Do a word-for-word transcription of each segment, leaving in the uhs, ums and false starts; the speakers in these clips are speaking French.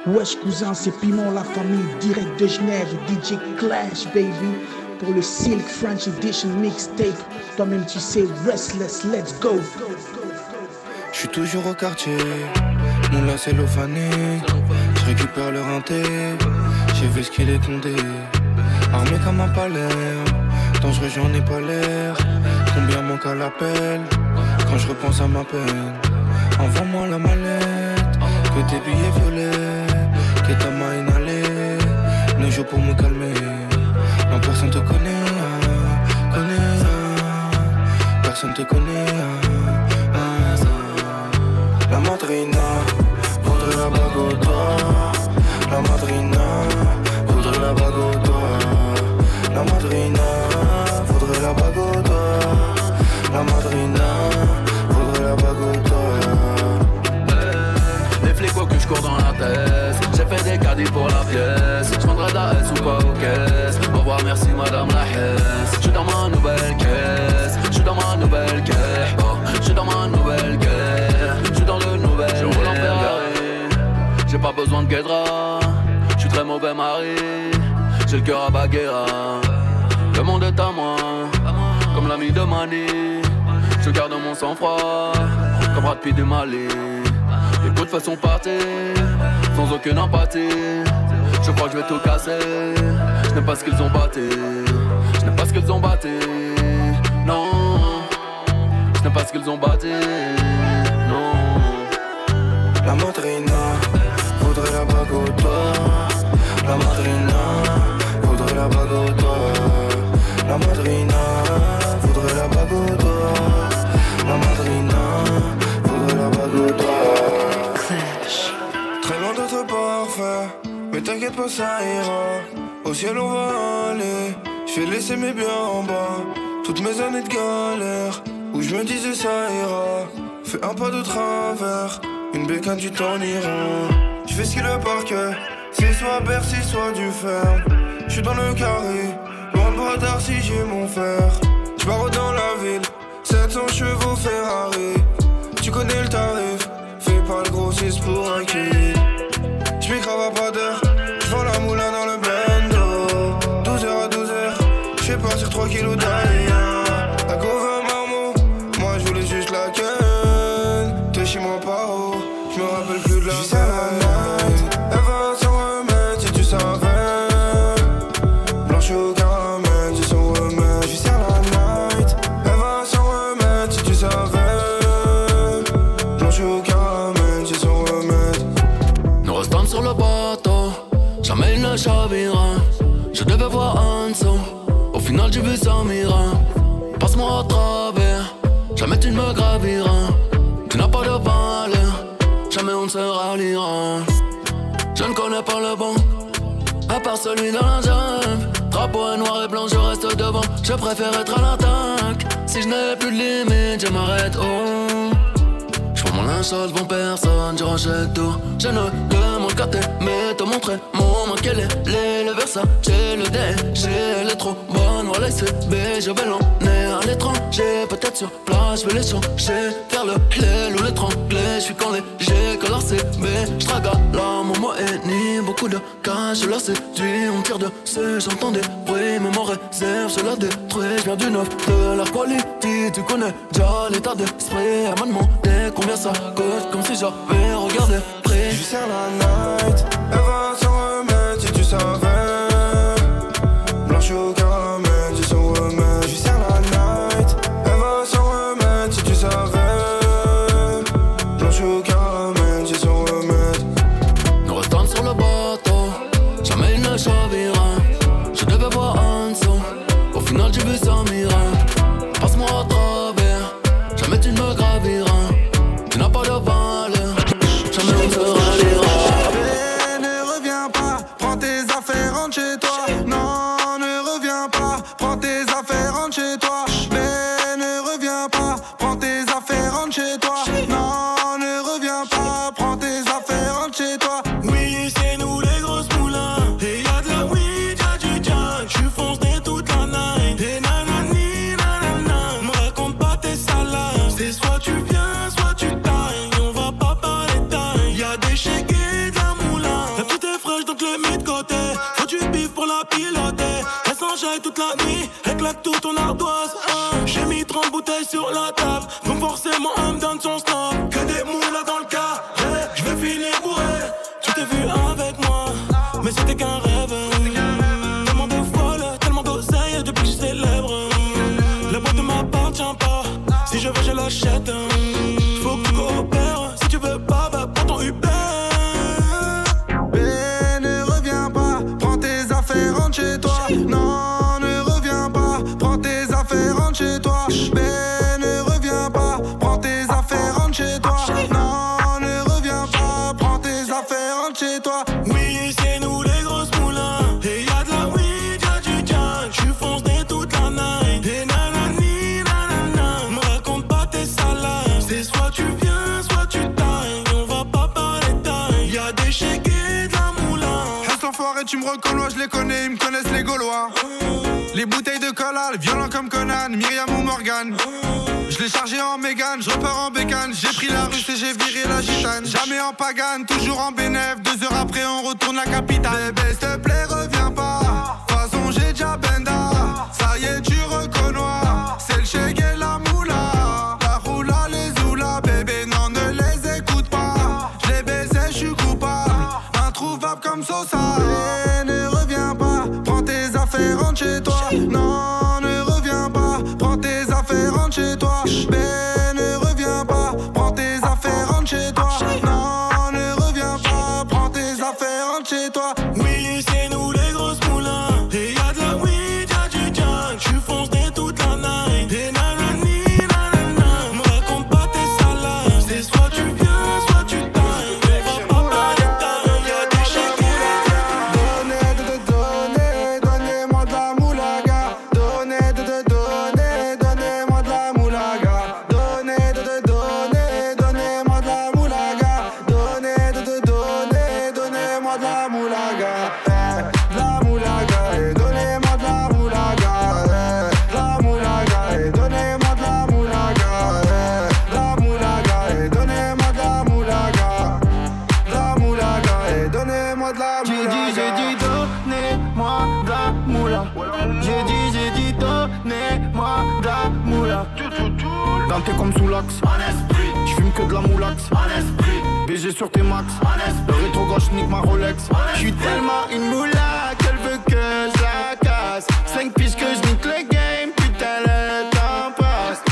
Wesh cousin, c'est Piment la famille, direct de Genève, D J Clash baby, pour le Silk French Edition mixtape. Toi-même tu sais, Restless, let's go. J'suis toujours au quartier, moulin cellophané. J'récupère le rinté, j'ai vu ce qu'il est condé. Armé comme un Palerme, dangereux j'en ai pas l'air. Combien manque à l'appel, quand je repense à ma peine. Envoie-moi la mallette, que tes billets violets, que ta main inhalée. Ne joue pour me calmer, non personne te connaît, ah, connaît, ah, personne te connaît, ah, ah. La madrina, voudrait la bague au doigt. La madrina, voudrait la bague au doigt. La madrina, voudrait la bague au doigt. La madrina, voudrait la bague au doigt. Les flics voient que je cours dans la tête. J'ai fait des caddies pour la pièce. J'vendrai de la S ou pas aux caisses. Au revoir, merci madame la Hesse. J'suis dans ma nouvelle caisse. J'suis dans ma nouvelle caisse. Oh, j'suis dans ma nouvelle caisse. J'suis dans le nouvel. Je roule en Ferrari. J'ai pas besoin de guédra. J'suis très mauvais mari. J'ai le cœur à Baguera. Le monde est à moi, comme l'ami de Mani. Je garde mon sang-froid, comme Brad Pitt du Mali. Les coups de façon partir, sans aucune empathie. Je crois que je vais tout casser. Je n'aime pas ce qu'ils ont batté. Je n'aime pas ce qu'ils ont batté. Non, je n'aime pas ce qu'ils ont batté. Non. La madrina, voudrait la bague au doigt. La madrina, voudrait la bague au doigt. La madrina, voudrait la bague au doigt. La madrina, voudrait la bague au doigt. Clash. Très loin d'être parfait, mais t'inquiète pas ça ira. Au ciel on va aller, je vais laisser mes biens en bas. Toutes mes années de galère, où je me disais ça ira. Fais un pas de travers, une bécane tu t'en iras. Je fais ce qu'il le parquet, c'est soit Bercy soit du fer. Je suis dans le carré, loin de bras d'Arcy j'ai mon fer. Je pars dans la ville, sept cents chevaux Ferrari. Tu connais le tarif, fais pas le grossiste pour un kill. J'm'y crave à pas d'heure, j'vends la moulin dans le bendo. douze heures à douze heures, j'fais partir trois kilos d'aïe. La gova marmot, moi j'voulais juste la ken. T'es chez moi pas haut, j'me rappelle plus de la veille. La night, elle va s'en remettre si tu savais. Blanche au caramel, c'est son remède. J'suis sur la night, elle va s'en remettre si tu savais. Blanche au caramel, c'est son remède. Nous restons sur le bateau, jamais il ne chavira. Je devais voir Anso, au final j'ai vu Samira. Passe-moi à travers, jamais tu ne me graviras. Tu n'as pas de valeur, jamais on ne se ralliera. Je ne connais pas le bon, à part celui dans la jungle. Drapeau est noir et blanc, je reste devant. Je préfère être à l'attaque. Si je n'ai plus de limite, je m'arrête oh. J'prends mon linge sale devant personne, je rachète tout. Je ne demande qu'à t'aimer, te montrer mon manqué les le Versace, j'ai le D, j'ai les trop bonnes, voilà C B, je vais l'emmener à l'étranger, peut-être sur place, je vais les changer, faire le l'aile ou l'étrangler, je suis quand léger, que leur C B, je trague à la maman et ni beaucoup de cash, je la séduis, on tire dessus, j'entends des bruits, mais mon réserve, je la détruis, je viens du neuf, de la quality, tu connais déjà l'état d'esprit, elle m'a demandé combien ça coûte, comme si j'avais regardé prix. J'suis sur la night, elle va s'en remettre si tu savais. Blanche au caramel, c'est son remède. J'suis sur la night, elle va s'en remettre si tu savais. Blanche au caramel, c'est son remède. Nous restons sur le bateau, jamais il ne chavira. Je devais voir Anso, au final j'ai vu Samira. Passe-moi à travers, jamais tu ne me graviras. Tu n'as pas de valeur, jamais on se ralliera. Ne reviens toute la nuit, éclate toute ton ardoise. Hein. J'ai mis trente bouteilles sur la table, donc forcément elle me donne son snap. Que des moules dans le cas, hey, je vais finir bourré. Tu t'es vu avec moi, mais c'était qu'un rêve. Tellement de folle, tellement d'oseille depuis que je suis célèbre. La boîte ne m'appartient pas, si je veux je l'achète. Faut que tu coopères, si tu veux pas, va prends ton Uber. Chez toi, non, ne reviens pas, prends tes affaires, rentre chez toi. Ben, ne reviens pas, prends tes affaires, rentre chez toi. Non, ne reviens pas, prends tes affaires, rentre chez toi. Oui, c'est nous les grosses moulins. Et y'a de la weed, y'a du junk. J'suis foncé toute la night. Et nanani, nanana. Me raconte pas tes salades. C'est soit tu viens, soit tu tailles. On va pas parler taille. Y'a des chèques et de la moulin. Reste enfoiré, tu me reconnais, je les connais, ils me connaissent les Gaulois. Les bouteilles de cola, violents comme Conan, Myriam ou Morgan. Je l'ai chargé en Mégane, je repars en bécane. J'ai pris la russe et j'ai viré la gitane. Jamais en pagane, toujours en bénéf. Deux heures après on retourne la capitale. Bébé, s'il te plaît, reviens pas. De toute façon j'ai déjà benda. Ça y est, tu reconnais. C'est le chèque et la moula. La roula, les oula. Bébé, non, ne les écoute pas. Je les baisais, je suis coupable. Introuvable comme Sosa. Rentre chez toi, non, ne reviens pas, prends tes affaires, rentre chez toi. Ben, ne reviens pas, prends tes affaires, rentre chez toi. Non, ne reviens pas, prends tes affaires, rentre chez toi. Oui, c'est nous les grosses moulins. Et y'a de la weed, y'a du junk. J'suis foncé toute la night. Et nanani, nanana. Me raconte pas tes salades. C'est soit tu viens, soit tu tailles. On va pas parler taille. Y'a des chèques. Donnez, de te donner, donnez-moi de la moulaga. Donnez, de te donner, donnez-moi de la moulaga. Donnez, de te donner, donnez-moi de la moulaga. Donnez, de te donner, donnez-moi de la moulaga. Eh, de la moulaga, et donnez-moi de la moulaga. Eh, de la moulaga, et donnez-moi de la moulaga. Eh, de la moulaga, et donnez-moi de la moulaga. De la moulaga, et donnez-moi de la moulaga. J'ai dit, j'ai dit, donnez-moi de la moula. J'ai dit, j'ai dit, donnez-moi de la moula. Danté comme sous l'axe, j'fume que de la moulax. B G sur tes max, le rétro gauche nique ma Rolex. J'suis tellement une moula qu'elle veut que je la casse. Cinq piges que je nique le game, putain le temps passe.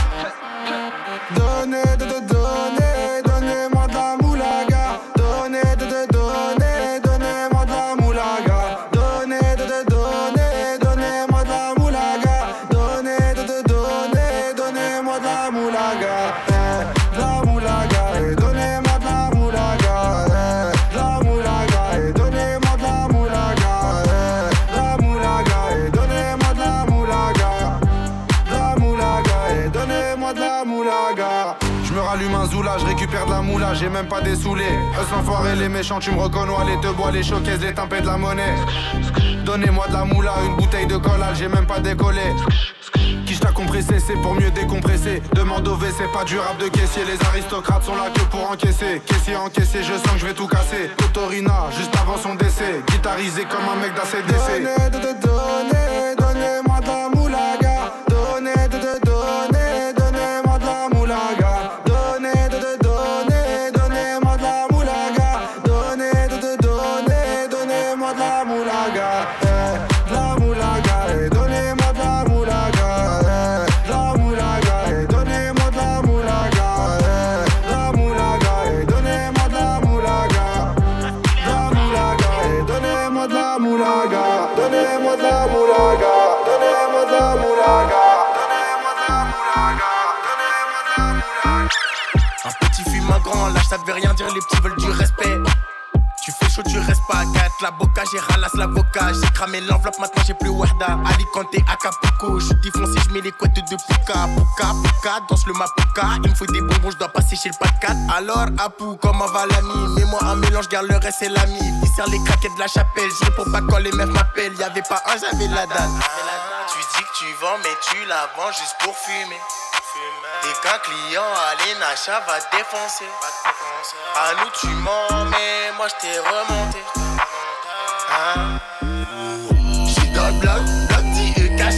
Donnez, de te donner, donnez-moi de la moulaga. Donnez, de te donner, donnez-moi de la moulaga. Donnez, de te donner, donnez-moi de la moulaga. Donnez, de te donner, donnez-moi de la moulaga. Eh, de la moulaga, et donnez-moi de la moulaga. Eh, de la moulaga, et donnez-moi de la moulaga. Eh, de la moulaga, et donnez-moi de la moulaga. De la moulaga, et donnez-moi de la moulaga. Je me rallume un zoula, je récupère de la moula, j'ai même pas des saoulés. Eux sans foirer les méchants, tu me reconnais, les te bois, les showcases, les timpés de la monnaie. Donnez-moi de la moula, une bouteille de collal, j'ai même pas décollé. Qui t'a compressé, c'est pour mieux décompresser. Demande au V, c'est pas du rap de caissier. Les aristocrates sont là que pour encaisser. Caissier encaissé, je sens que je vais tout casser. Totorina, juste avant son décès. Guitarisé comme un mec d'A C D C. Donnez, de te donner, donnez-moi de la moulaga. Donnez, de te donner, donnez-moi de la moulaga. Donnez, de te donner, donnez-moi de la moulaga. Donnez, de te donner, donnez-moi de la moulaga. Eh, de la moulaga, et donnez-moi de la moulaga. Eh, de la moulaga, et donnez-moi de la moulaga. Eh, de la moulaga, et donnez-moi de la moulaga. De la moulaga, et donnez-moi de la moulaga. Donnez-moi de la moulaga. Donnez-moi de la moulaga. Donnez-moi de la moulaga. Donnez-moi de la moulaga. Un petit fume un grand, lâche ça veut rien dire, les petits veulent du respect. Tu fais chaud, tu restes pas à quatre. La boca, j'ai ralasse l'avocat. J'ai cramé l'enveloppe, maintenant j'ai plus Wahda. Alicante, Acapulco. Je défoncé, je mets les couettes de Puka. Puka, Puka, danse le Mapuka. Il me faut des bonbons, je dois passer chez le pas de quatre. Alors, Apou, comment va l'ami? Mets-moi un mélange, garde le reste, c'est l'ami. Il sert les craquettes de la chapelle. Je réponds pas quand les meufs m'appellent. Y'avait pas un, j'avais la dalle. Tu dis que tu vends, mais tu la vends juste pour fumer. Dès qu'un client allez, Nacha va défoncer. À nous tu mens, mais moi je t'ai remonté. Hein? J'suis dans le bloc, bloc D E K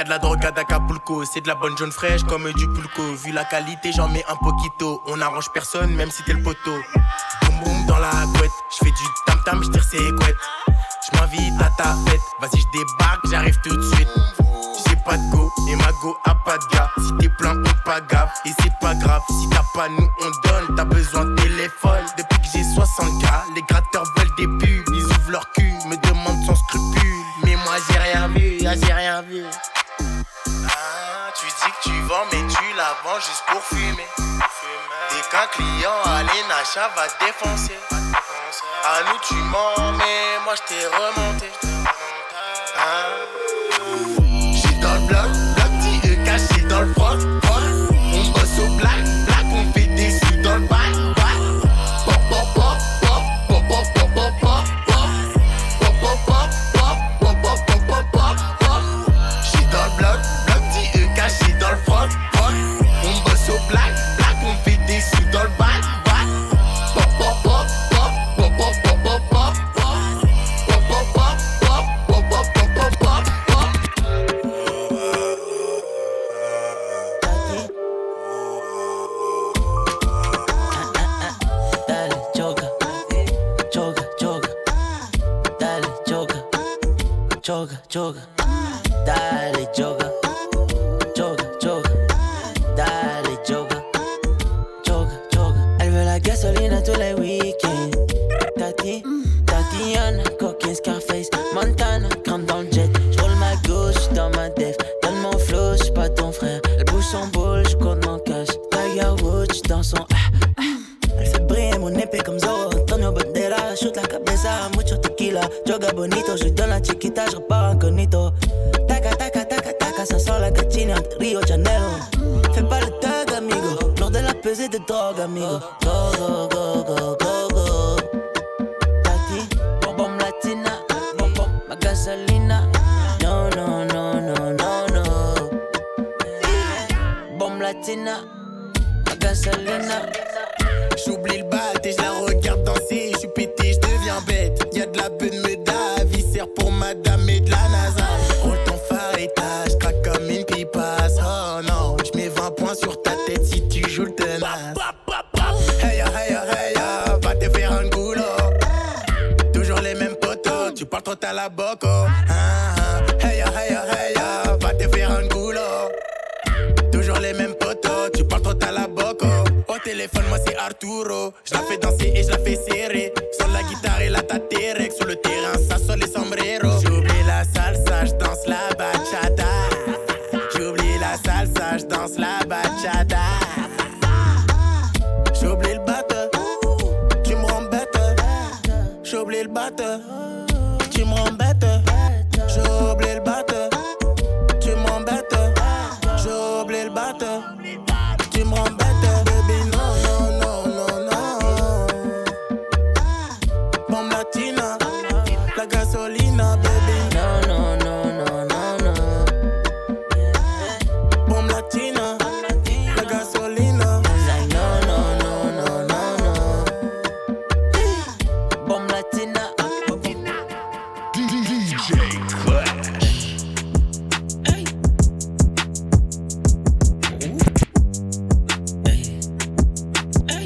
la drogue à d'Acapulco. C'est de la bonne jaune fraîche comme du pulco. Vu la qualité, j'en mets un poquito. On n'arrange personne, même si t'es le poteau. Boum boum dans la couette. J'fais du tam tam, j'tire ses couettes. J'm'invite à ta fête. Vas-y, j'débarque, j'arrive tout de suite. Tu sais pas de go, et ma go a pas de gars. Si t'es plein, on pas gaffe. Et c'est pas grave, si t'as pas, nous on donne. T'as besoin de téléphone. Depuis que j'ai soixante K, les gratteurs veulent des pubs. Ils ouvrent leur cul, me demandent sans scrupule. Mais moi j'ai rien vu, ah, j'ai rien vu. Ah, tu dis que tu vends, mais tu la vends juste pour fumer. T'es qu'un client, allez, Nacha va te défoncer. À nous tu mens, mais moi je t'ai remonté. Ah. J'suis dans le bloc, bloc dit E caché dans le froc, froc. On bosse au black, black, on fait des sous dans le bac, bac. Pop, pop, pop, pop, pop, pop, pop, pop, pop. Caché dans le froc, froc. On bosse au black, black, on fait des sous dans le bac, bac. Pop, pop, pop, pop, pop, pop, pop, pop, pop. Pop, pop, pop, pop, pop, pop, pop, pop, pop. Dale, choca, choca, choca. Dale, choca, choca, choca. Dale, choca. Choca, choca, dale, choca, choca, choca. Elle veut la gasoline tous les week-ends. Tati, Tatiana, coquine, Scarface, Montana, crame dans le jet. J'roule ma gauche dans ma def. Donne mon flow, j'suis pas ton frère. Elle bouge son bol, j'compte mon cash. Tiger Woods dans son ah, ah. Elle fait briller mon épée comme Zorro. Antonio Banderas, shoot la cabeza, mucho tequila. Joga bonito, j'lui donne la chiquita, j'repars incognito. Taca, taca, taca, taca, ça sent la gatine entre Rio de Janeiro. Fais pas le thug, amigo. Lors de la pesée de drogue, amigo. Go, go, go, go, go, go. Tati, bom bom latina, bom bom, ma gasolina. No, no, no, no, no, no. Bom latina, ma gasolina. J'oublie le bat et je la regarde danser. J'suis pété, j'deviens bête. Y'a de la bonne médaille, viscère pour madame et de la NASA. Roule ton phare et tâche, craque comme une pipasse. Oh non, j'mets vingt points sur ta tête si tu joues le tenace. Hey ya, hey ya, hey ya, va te faire un goulot. Toujours les mêmes potos, tu parles trop à la boco. Ah, ah. Hey ya, hey ya, hey ya, va te faire un goulot. Toujours les mêmes potos, tu parles trop à la boco. Au téléphone, moi c'est Arturo. Je la fais danser et je la fais serrer. Sur la guitare et la taterek. Sur le terrain, ça sonne les sombreros. J'oublie la salsa, je danse la bachata. J'oublie la salsa, je danse la bachata. J'oublie le batteur, tu me rends bête. J'oublie le batteur, tu me rends bête. J'oublie le batteur, tu m'embêtes. J'oublie le batteur, tu me rends bête. Baby, non, non, non, non, non. Bombe latina, la gasolina, baby. No, no, no, no, no, no. Bombe latina, la gasolina. Like no, no, no, no, no, no. Bom latina. D J Clash. Hey. Hey. Hey.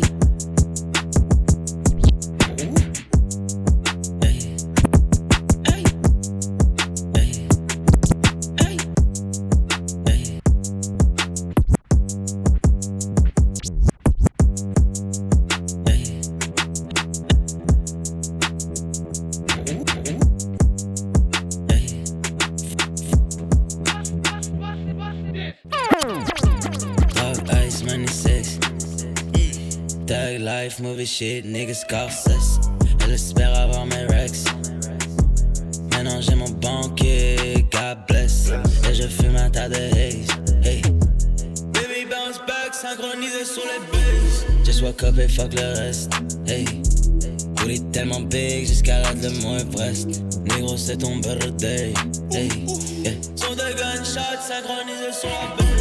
Hey. Hey. Hey. Hey. Dog ice, money sex. Tag life, movie shit, niggas Scorsese. Elle espère avoir mes rex. Maintenant j'ai mon banquier, God bless. Et je fume un tas de haze. Hey. Baby bounce back, synchronisé sur les bases. Just woke up et fuck le reste. Hey. Booty tellement big, j'escalade le Mont Everest. Négro c'est ton birthday. Hey. Yeah. Son de gunshot, synchronisé sur la base.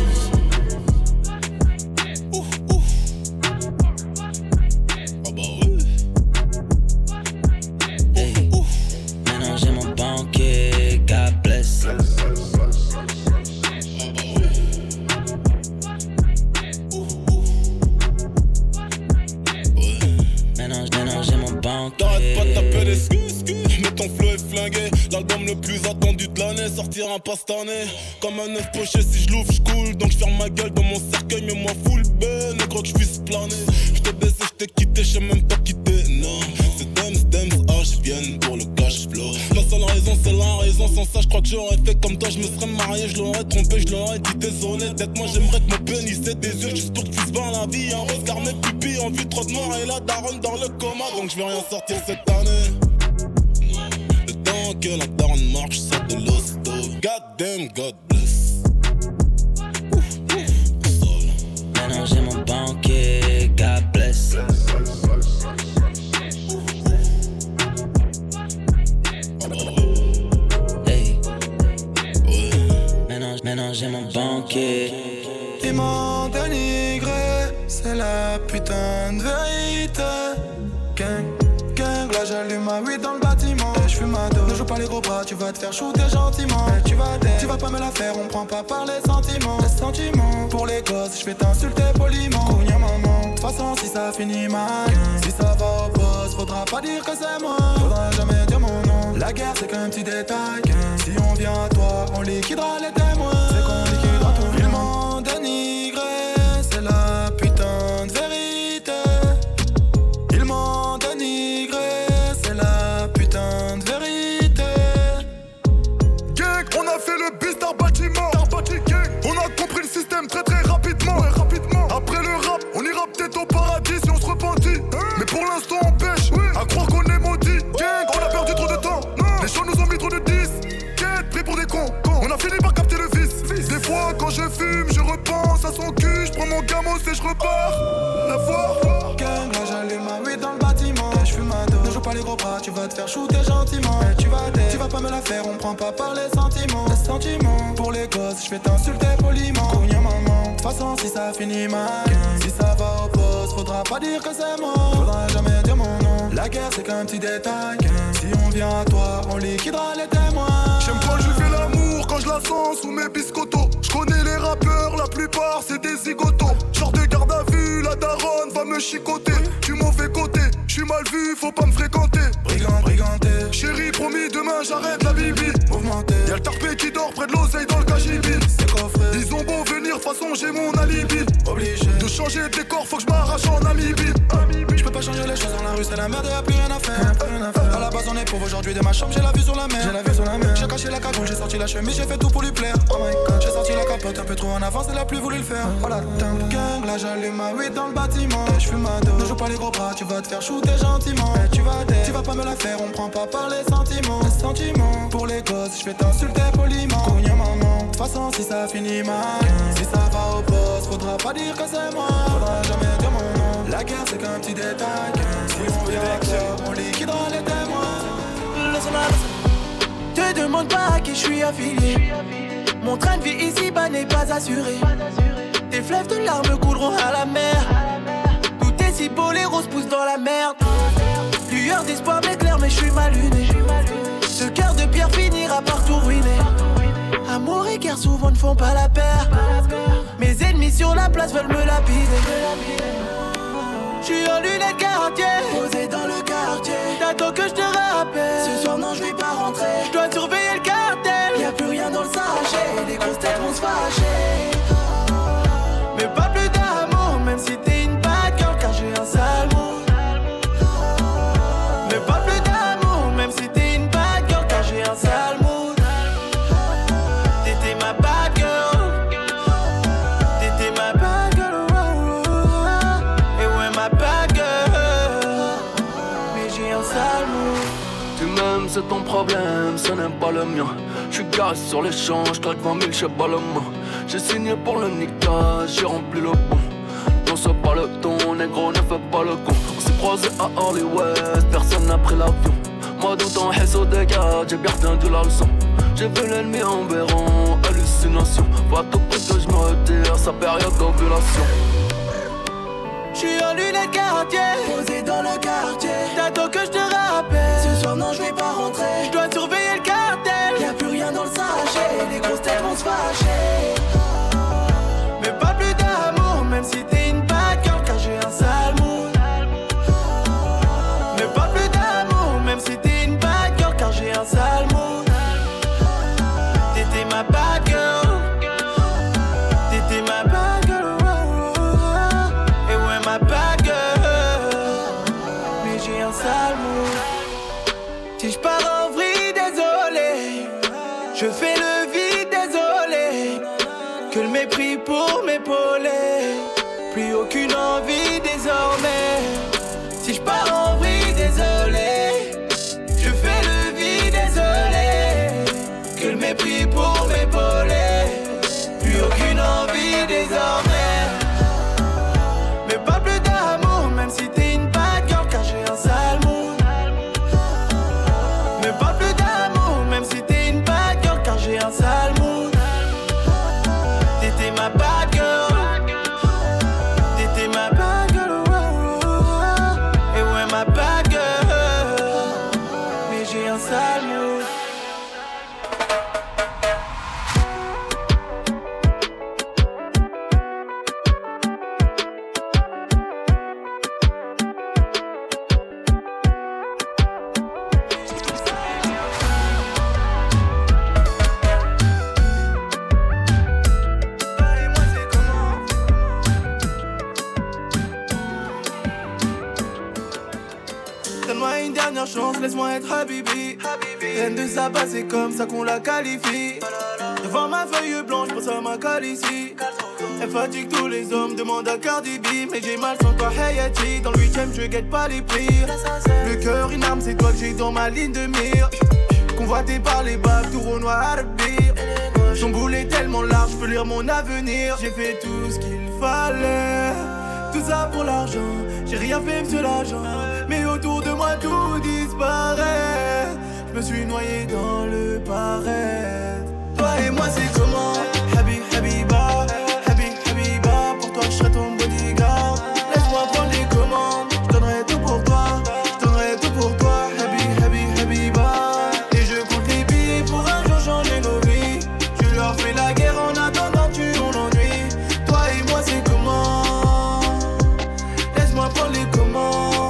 Maintenant j'ai mon banquier, God bless. banquier. T'arrêtes pas de taper les skus, mais ton flow est flingué. L'album le plus attendu de l'année sortira pas cette année. Comme un œuf poché, si je l'ouvre, je coule. Donc je ferme ma gueule dans mon cercueil, mais moi full B. Négro que je puisse planer. Je t'ai baisé, je t'ai quitté, je sais même pas quitter. Non, c'est Dems, Dems, ah j'y viens pour le cash flow. La seule raison, c'est la raison. Sans ça, je crois que j'aurais fait comme toi. Je me serais marié, je l'aurais trompé, je l'aurais dit désolé. Peut-être moi j'aimerais que mon pénis ait des yeux juste pour que tu puisses voir la vie. Un regard mes pupilles en vue trop de mort et la daronne dans le coma. Donc je vais rien sortir cette année. Le temps que la daronne marche, ça de l'hosto. God damn, God bless. Maintenant j'ai mon banquier, God bless. Hey. Maintenant, maintenant j'ai mon banquier. Ils m'ont dénigré, c'est la putain de vérité. Gang, gang, là j'allume ma weed dans le bâtiment. Et j'fume ma dose, ne joue pas les gros bras, tu vas te faire shooter gentiment. Et tu vas t'aider, tu vas pas me la faire, on prend pas par les sentiments. Les sentiments, pour les gosses, j'vais t'insulter poliment. Cogna maman, de toute façon si ça finit mal, si ça va au boss, faudra pas dire que c'est moi. Faudra jamais dire mon nom, la guerre c'est qu'un petit détail. Si on vient à toi, on liquidera les témoins. C'est qu'on liquidera tout. Ils m'ont dénigré, c'est la putain de vérité. Ils m'ont dénigré, c'est la putain de vérité. Gang, on a fait le bis d'un bâtiment. On a compris le système très très rapidement. Ouais, rapidement. Après le rap, on ira peut-être au paradis si on se repentit. Hein? Mais pour l'instant on pêche, oui. À croire qu'on est maudit. Gang, on a perdu trop de temps. Non. Les gens nous ont mis trop de dix. Gang, pris pour des cons. Con. On a fini par capter le vice. vice. Des fois quand je fume, je repense à son cul. Je prends mon gamos et je repars. La fois. Gang, là j'allume ma weed dans le bâtiment. Et j'fume ma dose, ne joue pas les gros bras, tu vas te faire shooter gentiment. Et tu vas t'aider, tu vas pas me la faire, on prend pas par les sentiments. Les sentiments, pour les gosses, j'vais t'insulter poliment. Cogna maman, de toute façon si ça finit mal, si ça va au poste, faudra pas dire que c'est moi. Faudra jamais dire mon nom, la guerre c'est qu'un petit détail. Si on vient à toi, on liquidera les témoins. J'aime quand je fais l'amour, quand je la sens sous mes biscottos. Je connais les rappeurs, la plupart c'est des zigotos. Genre de garde à vue, la daronne va me chicoter. Du mauvais côté, je suis mal vu, faut pas me fréquenter. Brigand, briganté, chérie, promis, demain j'arrête la bibi. mouvementé, y'a le tarpé qui dort près de l'oseille dans le cagibi. c'est coffré, ils ont beau venir, façon j'ai mon alibi. obligé de changer de décor, faut que je m'arrache en Namibie. Je peux pas changer les choses dans la rue, c'est la merde, y'a plus rien à faire. Plus rien à faire. À la base on est pauvre aujourd'hui, de ma chambre j'ai la vue sur la mer. J'ai la vue sur la mer. J'ai caché la cagoule, j'ai sorti la chemise, j'ai fait tout pour lui plaire. Oh my god, j'ai sorti la capote un peu trop en avance, elle a plus voulu le faire. Oh la dingue, gang, là j'allume ma weed dans le bâtiment. Et j'fume ma dose, ne joue pas les gros bras, tu vas te faire shooter gentiment. Et tu vas t'aider, tu vas pas me la faire, on prend pas par les sentiments. Les sentiments, pour les gosses, j'vais t'insulter poliment. Cogna maman, de toute façon si ça finit mal, si ça va au poste, faudra pas dire que c'est moi. Faudra jamais dire mon nom, la guerre c'est qu'un petit détail. Si on vient à toi, on liquidera les témoins. Te demande pas à qui je suis affilié. Mon train de vie ici-bas n'est pas assuré. Tes fleuves de larmes couleront à la mer. Tout est si beau, les roses poussent dans la merde. Lueur d'espoir m'éclaire mais je suis mal luné. Ce cœur de pierre finira par tout ruiner. Amour et guerre souvent ne font pas la paire. Mes ennemis sur la place veulent me lapider. J'suis en lunettes quartier, posé dans le quartier. T'attends que je te rappelle. Ce soir non je vais pas rentrer. Je dois surveiller le cartel. Y'a plus rien dans le sachet. Les grosses têtes vont se fâcher. Mais pas plus d'amour, même si t'es une bad girl, car j'ai un sale mood. Mais pas plus d'amour, même si t'es une bad girl, car j'ai un sale mood. T'étais ma bad girl. T'étais ma bad girl. Et ouais ma bad girl. Mais j'ai un sale mood. Tu m'aimes, c'est ton problème, ce n'est pas le mien. J'suis garé sur l'échange, j'claque vingt mille, j'sais pas le mot. J'ai signé pour le niquage, j'ai rempli le bon. Non c'est pas le ton, négro ne fais pas le con. On s'est croisé à Hollywood, personne n'a pris l'avion. Moi tout en haisse au dégât, j'ai bien retenu la leçon. J'ai vu l'ennemi en béron, hallucination. Faut à tout prix que je me retire, sa période d'ovulation. J'suis en lunettes quartier, posé dans le quartier. T'attends que je te rappelle. Ce soir non je vais pas rentrer. Je dois surveiller le cartel. Y'a plus rien dans le sachet. Les grosses têtes vont se fâcher. Mais pas plus d'amour, même si t'es une bad girl, car j'ai un sale mood. Mais pas plus d'amour. Si je pars en vrille, désolé. Je fais le vide, désolé. Que le mépris pour m'épauler. Plus aucune envie désormais. Si je pars en vrille, désolé. Je fais le vide, désolé. Que le mépris pour m'épauler. Plus aucune envie désormais. Mais pas plus d'amour, même si t'es une bad girl, car j'ai un sale mood. Mais pas plus d'amour, même si t'es une bad girl, car j'ai un sale mood. T'étais ma bad girl. T'étais ma bad girl, oh, oh, oh. Et ouais, ma bad girl. Mais j'ai un sale mood. Donne-moi une dernière chance, laisse-moi être Habibi. Reine de Saba, c'est comme ça qu'on la qualifie. Devant ma feuille blanche, pense à ma calicie. Elle fatigue tous les hommes, demande à Cardi B. Mais j'ai mal sans toi, Hayati. Dans le huitième, je guette pas les pires. Le cœur, une arme, c'est toi que j'ai dans ma ligne de mire. Convoité par les bacs, tout au noir, pire. Son boulet est tellement large, je peux lire mon avenir. J'ai fait tout ce qu'il fallait. Tout ça pour l'argent, j'ai rien fait monsieur l'agent. Mais autour de moi tout disparaît. Je me suis noyé dans le paraître. Toi et moi c'est comment? Habi, Habiba, Habi, Habiba. Pour toi je serai ton bodyguard. Laisse-moi prendre les commandes. Je donnerai tout pour toi, je donnerai tout pour toi. Habi, Habi, Habiba. Et je compte les billets pour un jour changer nos vies. Je leur fais la guerre en attendant tu on l'ennuie. Toi et moi c'est comment? Laisse-moi prendre les commandes.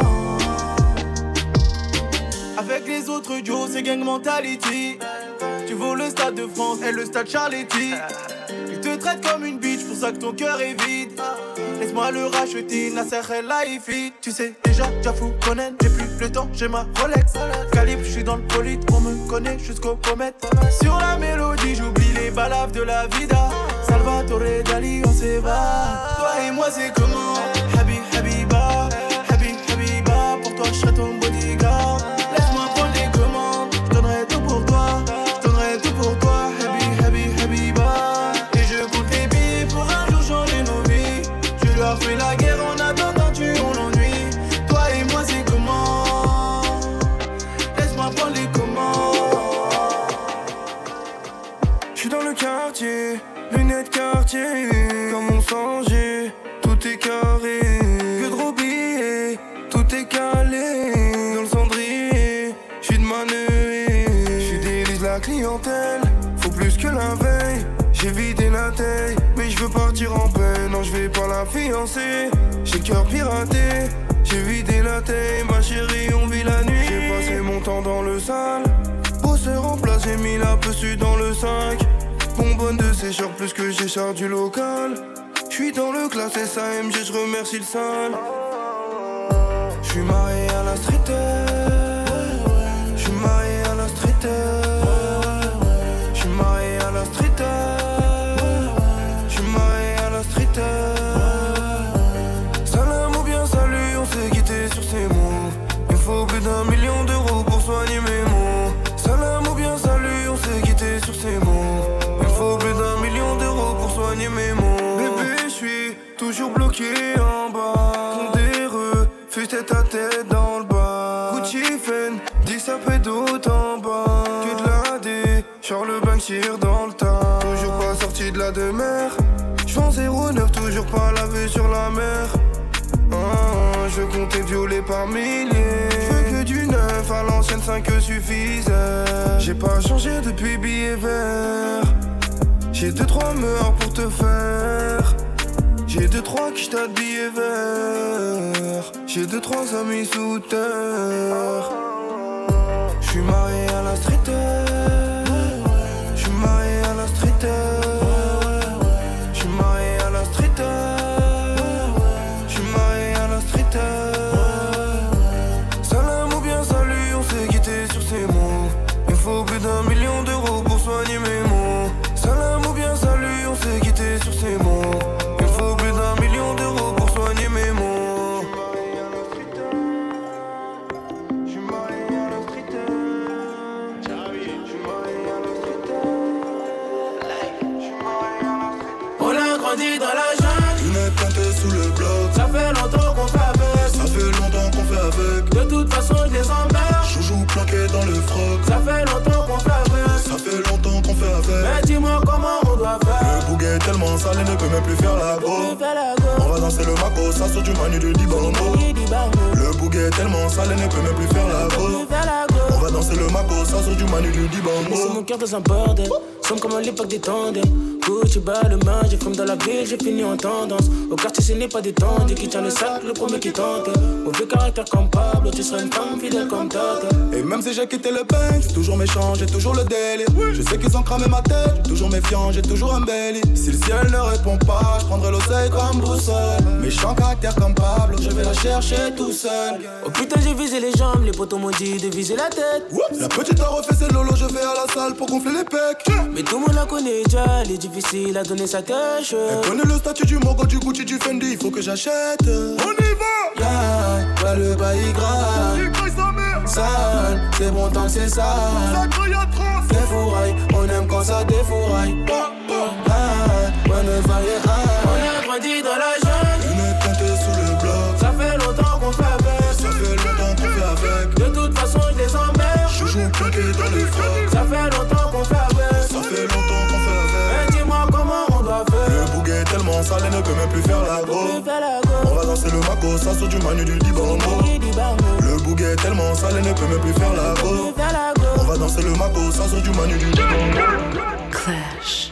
Avec les autres duos, c'est gang mentality. Tu vaux le stade de France et le stade Charletti. Ils te traitent comme une bitch, pour ça que ton cœur est vide. Laisse-moi le racheter, Nasser El Haïfi. Tu sais déjà, Jafou, Conan, j'ai plus le temps, j'ai ma Rolex. Calibre, j'suis dans le bolide, on me connaît jusqu'au comète. Sur la mélodie, j'oublie les balaves de la vida. Salvatore Dali, on s'évade. Toi et moi c'est comment? Habi, Habiba, Habi, Habiba. Pour toi j'serai ton bodyguard. Laisse-moi prendre les commandes, je donnerai tout pour toi, je donnerai tout pour toi. Habi, Habi, Habiba. Et je compte les billets pour un jour changer nos vies. Je leur fais la guerre en attendant tu on l'ennuie. Toi et moi c'est comment? Laisse-moi prendre les commandes. J'suis dans le quartier, lunettes quartier. Comme on s'enjait, tout est carré. Que de billets, tout est calé. Dans le cendrier, j'suis de manœuvre. J'suis délice la clientèle, faut plus que la veille. J'ai vidé la taille, mais j'veux partir en paix. Non, j'vais pas la fiancer, j'ai le cœur piraté. J'ai vidé la taille, ma chérie, on vit la nuit. J'ai passé mon temps dans le sale. Bosseur en place, j'ai mis la pessu dans le cinq. Bonbonne de sécheur plus que j'ai char du local. J'suis dans le classe S A M G, j'remercie le sale. J'suis marié à la street. J'suis marié à la street. J'suis marié à la street. J'suis marié à la street. Salam ou bien salut, on s'est quitté sur ces mots. Il faut plus d'un million d'euros pour soigner mes mots. Salam ou bien salut, on s'est quitté sur ces mots. Il faut plus d'un million d'euros pour soigner mes mots. Bébé, j'suis toujours bloqué en bas. Pondéreux, fus tête à tête dans le bas. Gucci Fen, dix sapés d'autres en bas. Que de la D, Charles Bank tire dans le tas. Toujours pas sorti de la demeure. J'vends zéro neuf, toujours pas la vue sur la mer. Ah, je comptais violer par milliers. J'veux que du neuf, à l'ancienne cinq suffisait. J'ai pas changé depuis billet vert. J'ai deux trois meurs pour te faire. J'ai deux trois qui j't'ai de billets verts. J'ai deux trois amis sous terre. J'suis marié à la street. J'suis marié à la street. J'suis marié à la street. J'suis marié à la street. Salam ou bien salut, on s'est quitté sur ces mots. grandi dans la jungle. Lunettes teintées sous le bloc. Ça fait longtemps qu'on fait avec. Ça fait longtemps qu'on fait avec. De toute façon je les emmerde. Joujou planqué dans le froc. Ça fait longtemps qu'on fait avec. Ça fait longtemps qu'on fait avec. Mais dis-moi comment on doit faire. Le bouquet est tellement sale et ne peut même plus faire la go. On va danser le maco, ça sort du manu de Dibango. Le bouquet est tellement sale et ne peut même plus faire la go. On va danser le maco, ça sort du manu de Dibango. Laisse mon cœur dans un bordel, somme comme à l'époque des tandems. Gucci bas le main, j'ai fume dans la ville, j'ai fini en tendance. Au quartier ce n'est pas détendu, qui tient le sac, le premier qui tente. Mauvais caractère comme Pablo, tu seras une femme fidèle comme Tata. Et même si j'ai quitté le pain, j'ai toujours méchant, j'ai toujours le délire. Je sais qu'ils ont cramé ma tête, j'ai toujours méfiant, j'ai toujours un belly. Si le ciel ne répond pas, je prendrai l'oseille comme boussole. Méchant caractère comme Pablo, je vais la chercher tout seul. Oh putain j'ai visé les jambes, les potos m'ont dit de viser la tête. La petite a refait ses lolos, je vais à la salle pour gonfler les pecs. Mais tout le monde la connaît déjà, elle est difficile à donner sa tâche. Elle connaît le statut du Mogo, du Gucci, du Fendi, il faut que j'achète. On y va! Yeah, ouais le bail grave. Il craille sa mère. Sale, c'est bon tant que c'est sale. Ça craille atroce. Défouraille, on aime quand ça défouraille. Ah, ouais le bail est high. On a grandi dans la jungle. Lunettes teintées sous le bloc. Ça fait longtemps qu'on fait avec. Ça fait longtemps qu'on fait avec. De toute façon je les emmerde. Joujou planqué dans le froc. Ça fait longtemps qu'on fait avec. Ça fait longtemps qu'on fait avec. Mais dis-moi comment on doit faire. Le bouquet est tellement sale et ne peut même plus faire la go. On va danser le maco, ça sort du manu du Dibango. Le bouquet est tellement sale et ne peut même plus faire la go. On va danser le maco, ça sort du manu du Dibango. Clash.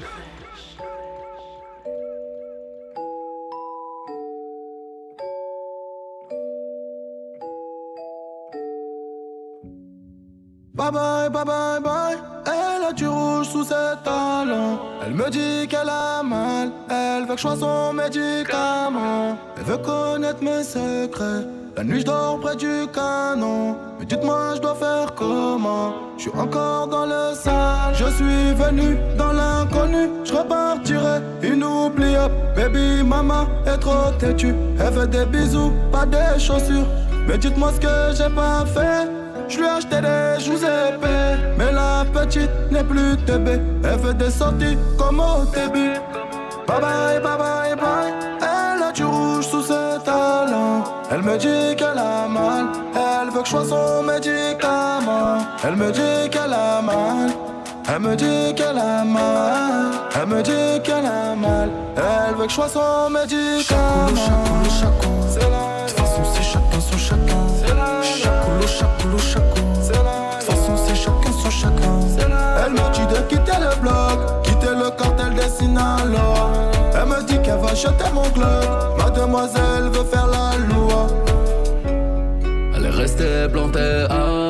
Bye bye, bye bye, bye. Elle a du rouge sous ses talons. Elle me dit qu'elle a mal. Elle veut que je sois son médicament. Elle veut connaître mes secrets. La nuit je dors près du canon. Mais dites-moi je dois faire comment. Je suis encore dans le sale. Je suis venu dans l'inconnu. Je repartirai inoubliable. Baby mama est trop têtue. Elle veut des bisous, pas des chaussures. Mais dites-moi ce que j'ai pas fait. Je lui ai acheté des joues épais. Mais la petite n'est plus tébé. Elle fait des sorties comme au début. Bye bye, bye bye, bye. Elle a du rouge sous ses talons. Elle me dit qu'elle a mal. Elle veut que je sois son médicament. Elle me dit qu'elle a mal. Elle me dit qu'elle a mal. Elle me dit qu'elle a mal. Elle veut que je sois son médicament. Chacoulou, chacoulou, c'est la. De toute façon c'est chacun son chacun. C'est la. Chacoulou, chacoulou, chacoulou. C'est la. De toute façon c'est chacun son chacun. C'est la. Elle me dit de quitter le bloc, quitter le cartel des Sinaloa. Elle me dit qu'elle va jeter mon club. Mademoiselle veut faire la loi. Elle est restée plantée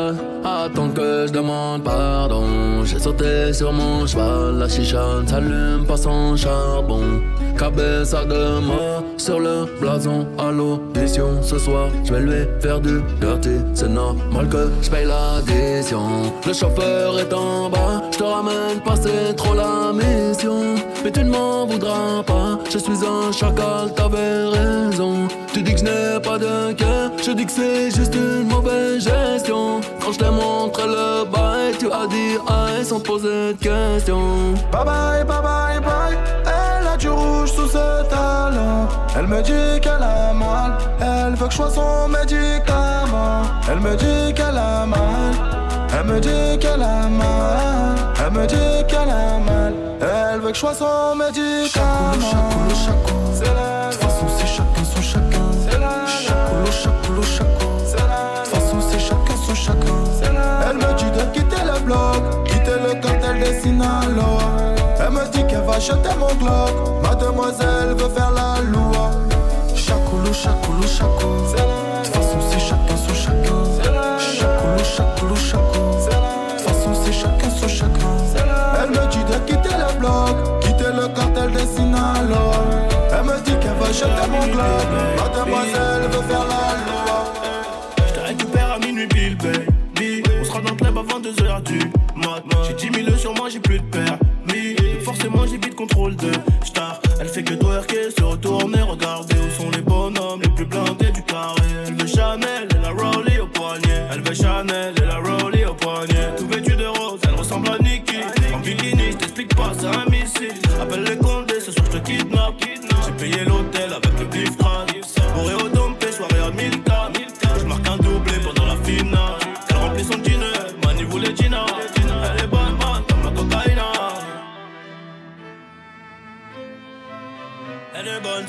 à attendre que je demande pardon. J'ai sauté sur mon cheval, la chicha ne s'allume pas sans charbon. Cabeza de mort sur le blason à l'audition. Ce soir, je vais lui faire du dirty. C'est normal que je paye l'addition. Le chauffeur est en bas, je te ramène pas, c'est trop la mission. Mais tu ne m'en voudras pas, je suis un chacal, t'avais raison. Tu dis que je n'ai pas de cœur, je dis que c'est juste une mauvaise gestion. Quand je t'ai montré le bail, tu as dit aïe sans poser de questions. Bye bye, bye bye, bye. Elle a du rouge sous ses talons. Elle me dit qu'elle a mal. Elle veut que je sois son médicament. Elle me dit qu'elle a mal. Elle me dit qu'elle a mal. Elle me dit qu'elle a mal. Elle veut que je sois son médicament. Chacoulou, chacoulou, c'est la. De toute façon c'est chacun son chacun. C'est la. Chacoulou, chacoulou, chacoulou. C'est la. De toute façon c'est chacun son chacun. C'est la. Elle me dit de quitter le bloc, quitter le cartel des Sinaloa. Elle me dit qu'elle va jeter mon glock. Mademoiselle veut faire la loi. Chacoulou, chacoulou, chacoulou. De toute façon c'est chacun son chacun. Chacoulou, chacoulou, chacoulou. De toute façon c'est chacun son chacun. Elle me dit de quitter le bloc, quitter le cartel des Sinaloa. Elle me dit qu'elle va jeter mon glock. Mademoiselle veut faire la loi. Je te récupère à minuit, Bill Baby. On sera dans le club à vingt-deux heures du mat. J'ai dix mille sur moi, j'ai plus de permis. Forcément j'ai vite contrôle de star. Elle fait que twerker, se retourner, regarder où sont les bonhommes les plus blindés du carré. Elle veut Chanel et la Rollie au poignet. Elle veut Chanel et la Rollie au poignet. Tout vêtu de rose, elle ressemble à Nicki. En bikini, je t'explique pas, c'est un missile. Appelle les condés, ce soir je te kidnappe.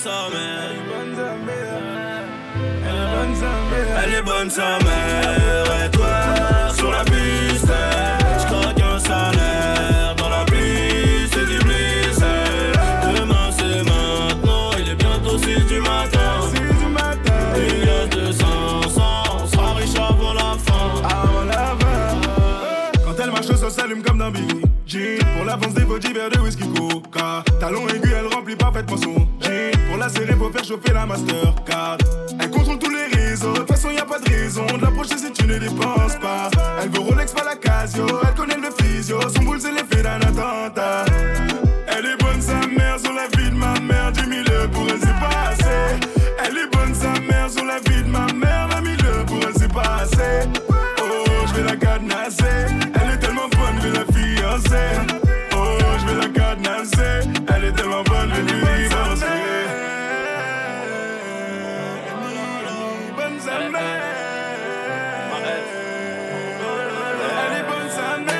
sa mère. Elle est bonne sa mère. Et toi sur la piste, j'croque un salaire dans la pluie, c'est du bliss. Demain c'est maintenant, il est bientôt six du matin. Il y a deux cents, on sera riche avant la fin. Avant la fin. Quand elle marche, ça s'allume comme dans Billie Jean. Pour l'avance des body verres de whisky coca. Talon aigu, elle remplit parfaitement son jean. Pour la serrer, faut faire chauffer la Mastercard. Elle contrôle tous les réseaux, de toute façon y'a pas de raison de l'approcher si tu ne dépenses pas. Elle veut Rolex, pas la Casio, elle connaît le physio. Son boule c'est l'effet d'un attentat. Elle est bonne sa mère sur la vie de ma mère. Dix mille pour elle c'est pas assez. Elle est bonne sa mère sur la vie de ma mère. Vingt mille pour elle c'est pas assez. Oh je vais la cadenasser. Elle est tellement bonne, je vais la fiancer. Oh je vais la cadenasser. Elle est tellement bonne, je vais lui divorcer. Bonne sa mère. Elle est bonne sa mère.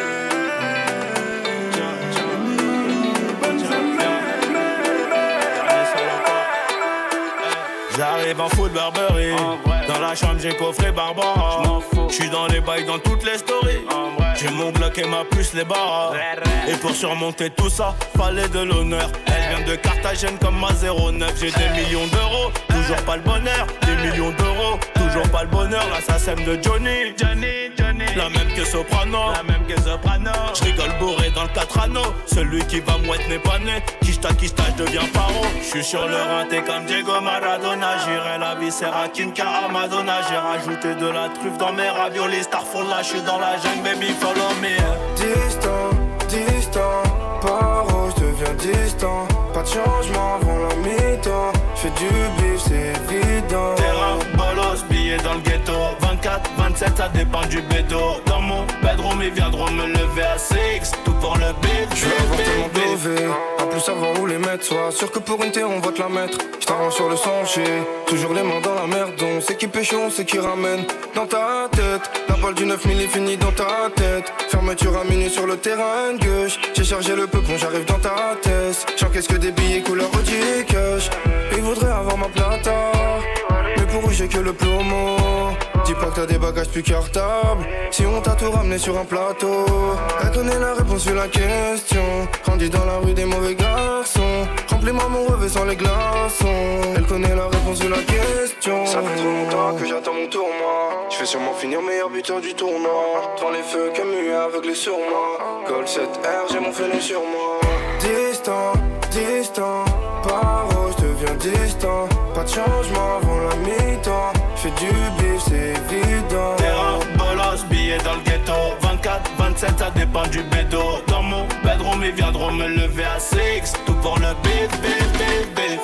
J'arrive en foot Burberry. Dans la chambre j'ai coffré Barbara. J'suis dans les bails dans toutes les stories. J'ai mon Glock et ma puce les barres. Et pour surmonter tout ça, fallait de l'honneur. Elle vient de Carthagène comme ma zéro neuf. J'ai des millions d'euros, toujours pas le bonheur. Des millions d'euros, toujours pas le bonheur. Là ça sème de Johnny, Johnny, Johnny. La même que Soprano, la même que Soprano. J'rigole bourré dans le quatre anneaux. Celui qui va mouette n'est pas né. Kishta, kishta, j'deviens paro. J'suis sur le rinté comme Diego Maradona. J'irai la viscéra Kinka à Madonna. J'ai rajouté de la truffe dans mes raviolis. Starfall là, j'suis dans la jungle, baby, follow me. Distant, distant, paro, j'deviens distant. Pas de changement avant la mi-temps. J'fais du bif, c'est évident. Terrain, bolos, billets dans le ghetto. Vingt-quatre, vingt-sept, ça dépend du bédo. Dans mon bedroom, ils viendront me lever à six. Tout pour le bif, je veux avoir tellement dové, pas plus savoir où les mettre. Sois sûr que pour une terre on va te la mettre. J't'arrange sur le sanché, toujours les mains dans la merde. On sait qui pêche, on sait qui ramène. Dans ta tête, la balle du neuf mille est finie dans ta tête. Fermeture à minuit sur le terrain de gauche. J'ai chargé le peupon, j'arrive dans ta tête. J'encaisse que des billets couleur Audi cash. Ils voudraient avoir ma plata, mais pour eux j'ai que le plomo. Dis pas que t'as des bagages plus cartables. Si on t'a tout ramené sur un plateau. Elle connaît la réponse sur la question. Grandi dans la rue des mauvais garçons. Remplis-moi mon revêt sans les glaçons. Elle connaît la réponse sur la question. Ça fait trop longtemps que j'attends mon tour moi. Je vais sûrement finir meilleur buteur du tournoi. Devant les feux Camus aveuglé sur moi. Gold sept R, j'ai mon fenêtre sur moi. Distant, distant, paro, j'deviens distant. Pas de changement avant la mi-temps. J'fais du bif, c'est évident. Terrain, bolos, billets dans le ghetto. Vingt-quatre, vingt-sept, ça dépend du bédo. Dans mon bedroom, ils viendront me lever à six. Tout pour le bif, bif, bif, bif.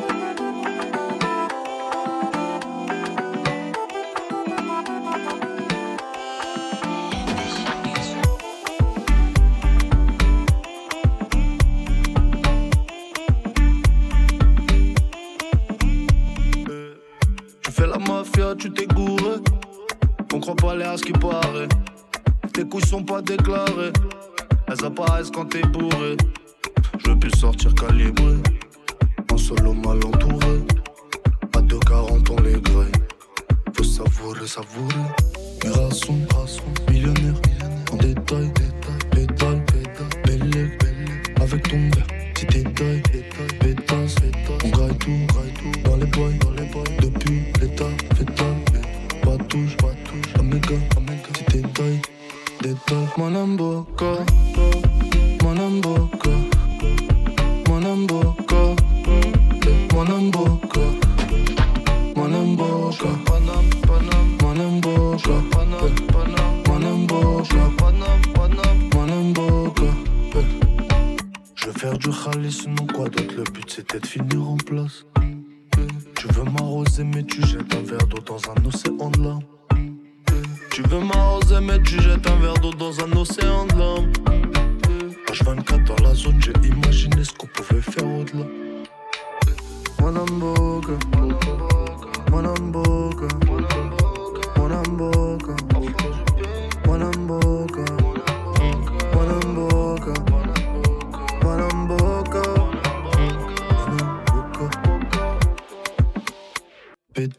Tu t'es gouré, on croit pas l'air à ce qui paraît. Tes couilles sont pas déclarées, elles apparaissent quand t'es bourré. Je veux plus sortir calibré, en solo mal entouré. À deux quarante on les graille, faut savourer, savourer. Mirason, millionnaire, en détail, pétale, belle, avec ton verre, si t'es taille, pétasse, on graille tout, dans les bois, depuis l'état, fétal, pas touche, pas touche, Omega, si t'es taille, détail, mon amboka, mon amboka, mon amboka, mon amboka, mon amboka, panam, panam, mon amboka, panam, panam, mon amboka, panam, panam, mon amboka. Je veux faire du khalis, sinon quoi d'autre, le but c'était de finir en place. Tu veux m'arroser mais tu jettes un verre d'eau dans un océan de larmes. Tu veux m'arroser mais tu jettes un verre d'eau dans un océan de larmes. H vingt-quatre dans la zone, j'ai imaginé ce qu'on pouvait faire au-delà. Mon amboka, mon amboka, mon amboka, mon amboka, mon amboka, mon amboka, mon amboka.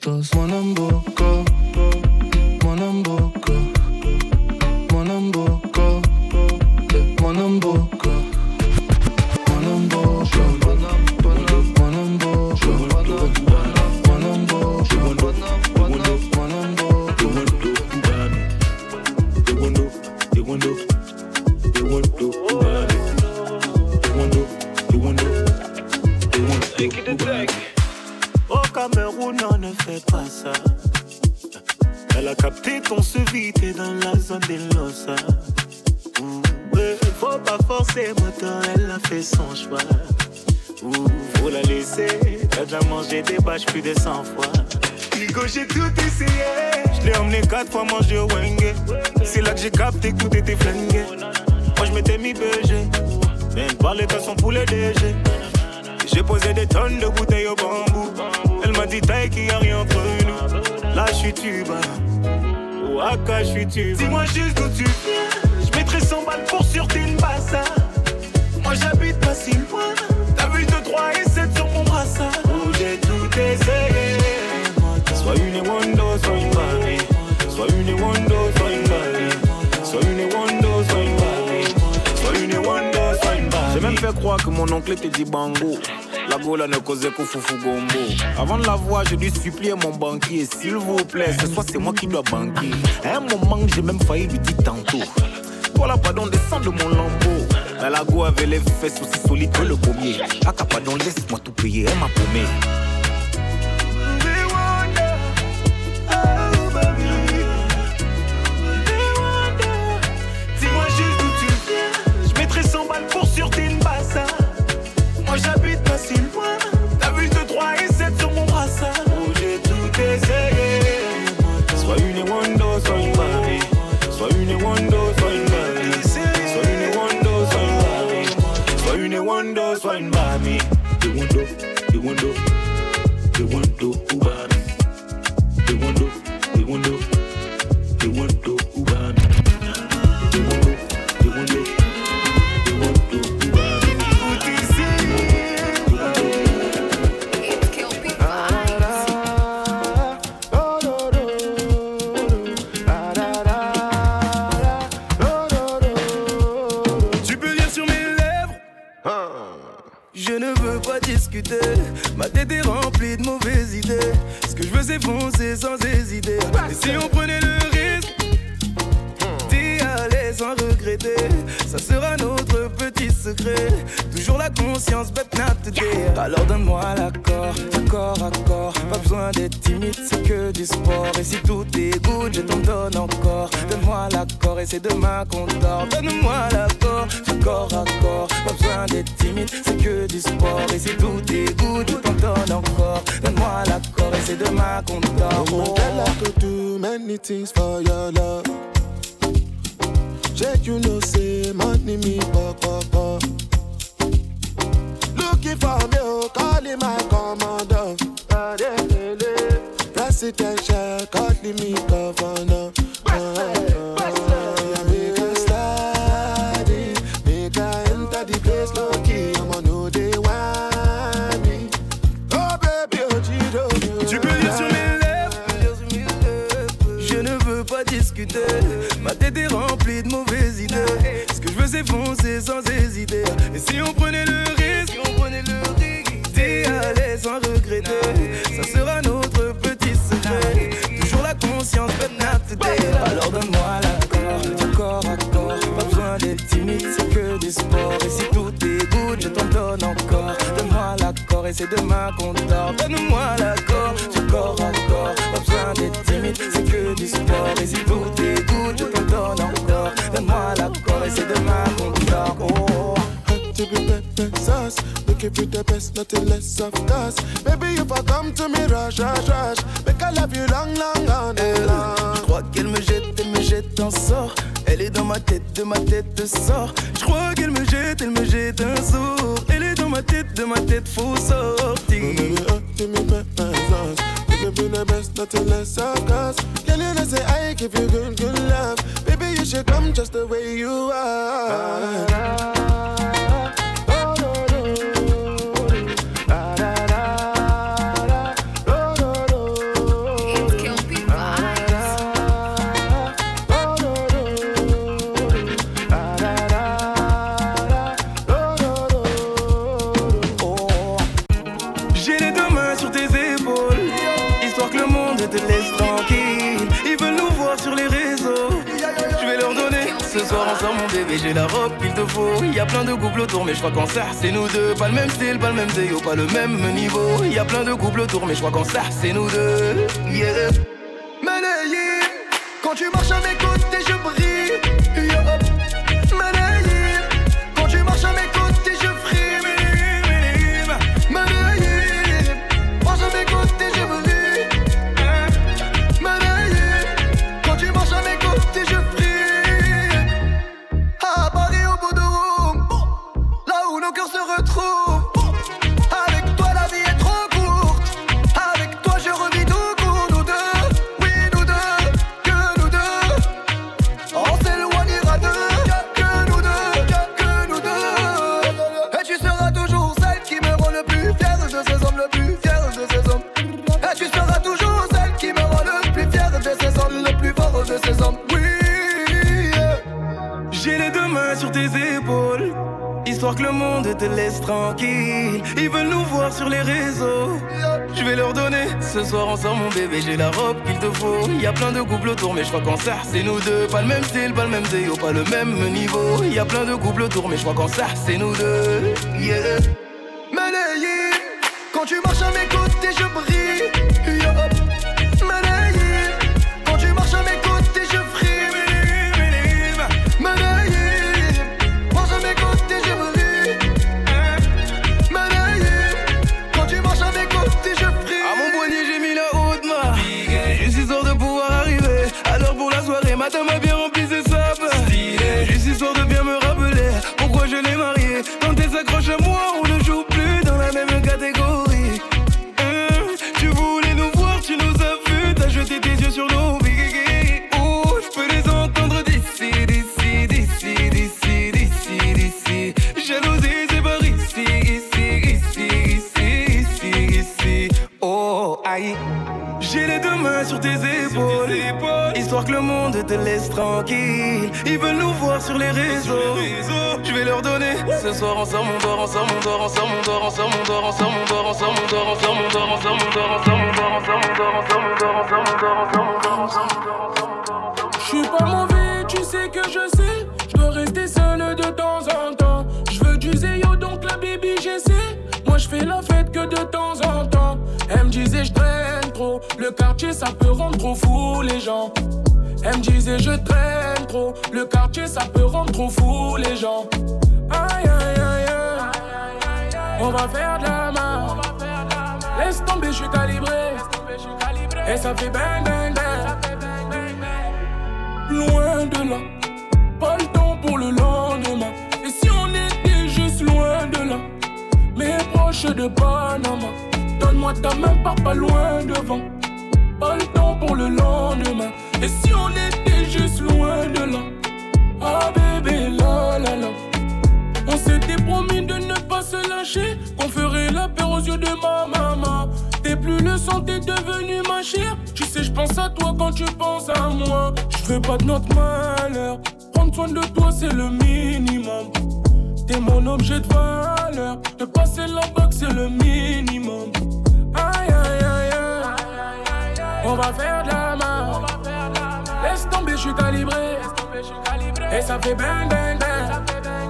juntos. Monamboco, Monamboco, Monamboco, Monamboco, Monamboco, Au Cameroun, on ne fait pas ça. Elle a capté qu'on se vit, t'es dans la zone des Losa. Ouais, faut pas forcer, moteur, elle a fait son choix. Ouh, faut la laisser, t'as déjà mangé des bâches plus de cent fois. Ligo, j'ai tout essayé. Je l'ai emmené quatre fois manger au Wenge. C'est là que j'ai capté que tout était flingué. Moi je m'étais mis B G, mais elle parlait qu'à son poulet D G. J'ai posé des tonnes de bouteilles au bambou. Elle m'a dit taille qu'il y a rien entre nous. Là je suis tuba, Ouaka je suis tuba. Dis-moi juste d'où tu viens, je mettrai cent balles pour sur une bassa. Moi j'habite pas si loin, t'as vu deux, trois et sept sur mon brassard. Où j'ai tout essayé. Soit une et Wando, soit une Barbie. Soit une et Wando, soit une Barbie. Soit une et Wando, soit une Barbie. Soit une et Wando, soit une Barbie. J'ai même fait croire que mon oncle était dit bango. La gola ne causait qu'au foufou gombo. Avant de la voir, je lui suppliais mon banquier. S'il vous plaît, ce soir c'est moi qui dois banquer. À un moment, j'ai même failli lui dire tantôt. Toi là, pardon, descends de mon lambeau. Mais la go avait les fesses aussi solides que le pommier. Aka, pardon, laisse-moi tout payer, elle m'a paumé. Dis-moi juste d'où tu viens, je mettrai cent balles pour sur tes bassa. Moi j'habite pas si loin, t'as vu deux, trois et sept sur mon brassard. Où j'ai tout essayé. Soit une et Wando, soit une Barbie. Soit une et Wando, soit une Barbie. Soit une et Wando, soit une Barbie. Soit une et Wando, soit une Barbie. The Wando, the Wando, the Wando, Barbie. The Wando, the Wando, the Wando, Barbie. The Wando, the Wando, the Wando, Barbie. Tu peux lire sur mes lèvres. Je ne veux pas discuter. Ma tête est remplie de mauvaises idées. Ce que je veux c'est foncer sans hésiter. Et si on prenait le risque d'y aller sans regretter, ça sera notre petit secret. Toujours la conscience, but not today. Alors donne-moi l'accord, accord à corps. Pas besoin d'être timide, c'est que du sport. Et si tout est good, je t'en donne encore. Donne-moi l'accord et c'est demain qu'on dort. Donne-moi l'accord, accord à corps. Pas besoin d'être timide, c'est que du sport. Et si tout est good, je t'en donne encore. Donne-moi l'accord et c'est demain qu'on dort. Oh, girl, I could do many things for your love. Check, you know, say money me pop pop pop. Looking for me, oh, calling my commander. Presidential, calling me governor. Make her slide in, make her enter the place low key. I'ma know they want me. Oh baby, oh Giro. Tu peux lire sur mes lèvres. Je ne veux pas discuter. Ma tête est remplie de mauvaises idées. Ce que je veux c'est foncer sans hésiter. Et si on prenait le risque, si on prenait le risque d'y aller sans regretter, ça sera notre petit secret. Toujours la conscience, but not today. Alors donne-moi l'accord, corps à corps. Pas besoin d'être timide, c'est que du sport. Et si tout est good, je t'en donne encore. Donne-moi l'accord et c'est demain qu'on dort. Donne-moi l'accord, corps à corps. Pas besoin d'être timide, c'est que du sport. Et si tout est good, je t'en donne encore. Donne-moi l'accord et c'est demain qu'on dort. Oh. To be pepper sauce, looking for the best, nothing less of course. Baby, if I come to me, rush, rush, rush. Make I love you long, long, long, long. Je crois qu'elle me jette, elle me jette un sort. Elle est dans ma tête, de ma tête sort. Je crois qu'elle me jette, elle me jette un sort. Elle est dans ma tête, de ma tête faut sortir. Baby, uh, give me pepper sauce. Looking for the best, nothing less of course. Girl, you know say I give you good, good love. Baby, you should come just the way you are. Ce soir on sort mon bébé, j'ai la robe qu'il te faut. Y'a plein de couples autour mais je crois qu'en ça c'est nous deux. Pas le même style, pas le même zéyo, pas le même niveau. Y'a plein de couples autour mais je crois qu'en ça c'est nous deux. Yeah. Manayim, quand tu marches à mes côtés je brille. Yeah. Manayim, quand tu marches à mes côtés je frime. Manayim, marche à mes côtés je brille. Manayim, quand tu marches à mes côtés je frime. À Paris au bout de Rome, là où nos cœurs se retrouvent. Avec toi la vie est trop courte. Avec toi je revis tout court. Nous deux, oui nous deux, que nous deux. On s'éloignera d'eux, que nous deux, que nous deux. Et tu seras toujours celle qui me rend le plus fier de ces hommes, le plus fier de ces hommes. Et tu seras toujours celle qui me rend le plus fier de ces hommes, le plus fort de ces hommes. Oui, yeah. J'ai les deux mains sur tes épaules, histoire que le monde te laisse tranquille. Ils veulent nous voir sur les réseaux, je vais leur donner. Ce soir on sort mon bébé, j'ai la robe qu'il te faut. Y'a plein de couples autour mais je crois qu'en ça c'est nous deux. Pas le même style, pas le même zéyo, pas le même niveau. Y'a plein de couples autour mais je crois qu'en ça c'est nous deux. Yeah. Manayim, quand tu marches à mes côtés je brille. Yeah. Manayim, quand tu marches à mes côtés je frime. Manayim, marche à mes côtés je brille. Manayim, quand tu marches à mes côtés je frime. À mon poignet j'ai mis la haute main, juste histoire de pouvoir arriver. Alors pour la soirée, matin m'a bien rempli ses sapes. Juste histoire de bien me rappeler pourquoi je l'ai marié. Quand elle s'accroche à moi, on ne joue plus dans la même catégorie. Hum, tu voulais nous voir, tu nous as vus, t'as jeté tes yeux sur nos vies. Oh, je peux les entendre d'ici, d'ici, d'ici, d'ici, d'ici, d'ici. Jalousie, c'est par ici, ici, ici, ici, ici, ici. Oh, aïe. J'ai les deux mains sur tes épaules, histoire que le monde te laisse tranquille. Ils veulent nous voir sur les réseaux, je vais leur donner. Ce soir on sort mon dort, on sort mon dort, on sort mon dort, on sort mon dort, on sort mon dort, on sort mon dort, on sort mon dort, on sort mon dort, on sort mon dort, on sort mon dort, on sort mon dort, on sort mon dort, on sort mon dort, on sort mon dort. J'suis pas mauvais, tu sais que je sais. J'dois rester seul de temps en temps. J'veux du zéyo donc la baby j'essaie. Moi j'fais la fête que de temps en temps. Elle me disait je traîne trop, le quartier ça peut rendre trop fou les gens. Elle me disait je traîne trop, le quartier ça peut rendre trop fou les gens. Aïe aïe aïe aïe, on va faire de la main. Laisse tomber, je suis calibré. Et ça fait bang bang bang. Loin de là, pas le temps pour le lendemain. Et si on était juste loin de là, mais proche de Panama. Donne-moi ta main, pars pas loin devant. Pas le temps pour le lendemain. Et si on était juste loin de là, ah bébé la la la. On s'était promis de ne pas se lâcher, qu'on ferait la paix aux yeux de ma maman. T'es plus le sang, t'es devenu ma chère. Tu sais je pense à toi quand tu penses à moi. Je veux pas de notre malheur, prendre soin de toi c'est le minimum. T'es mon objet de valeur, de passer la boxe c'est le minimum. Aïe aïe aïe aïe, on va faire de la main. Laisse tomber, je suis calibré. Et ça fait bang bang bang.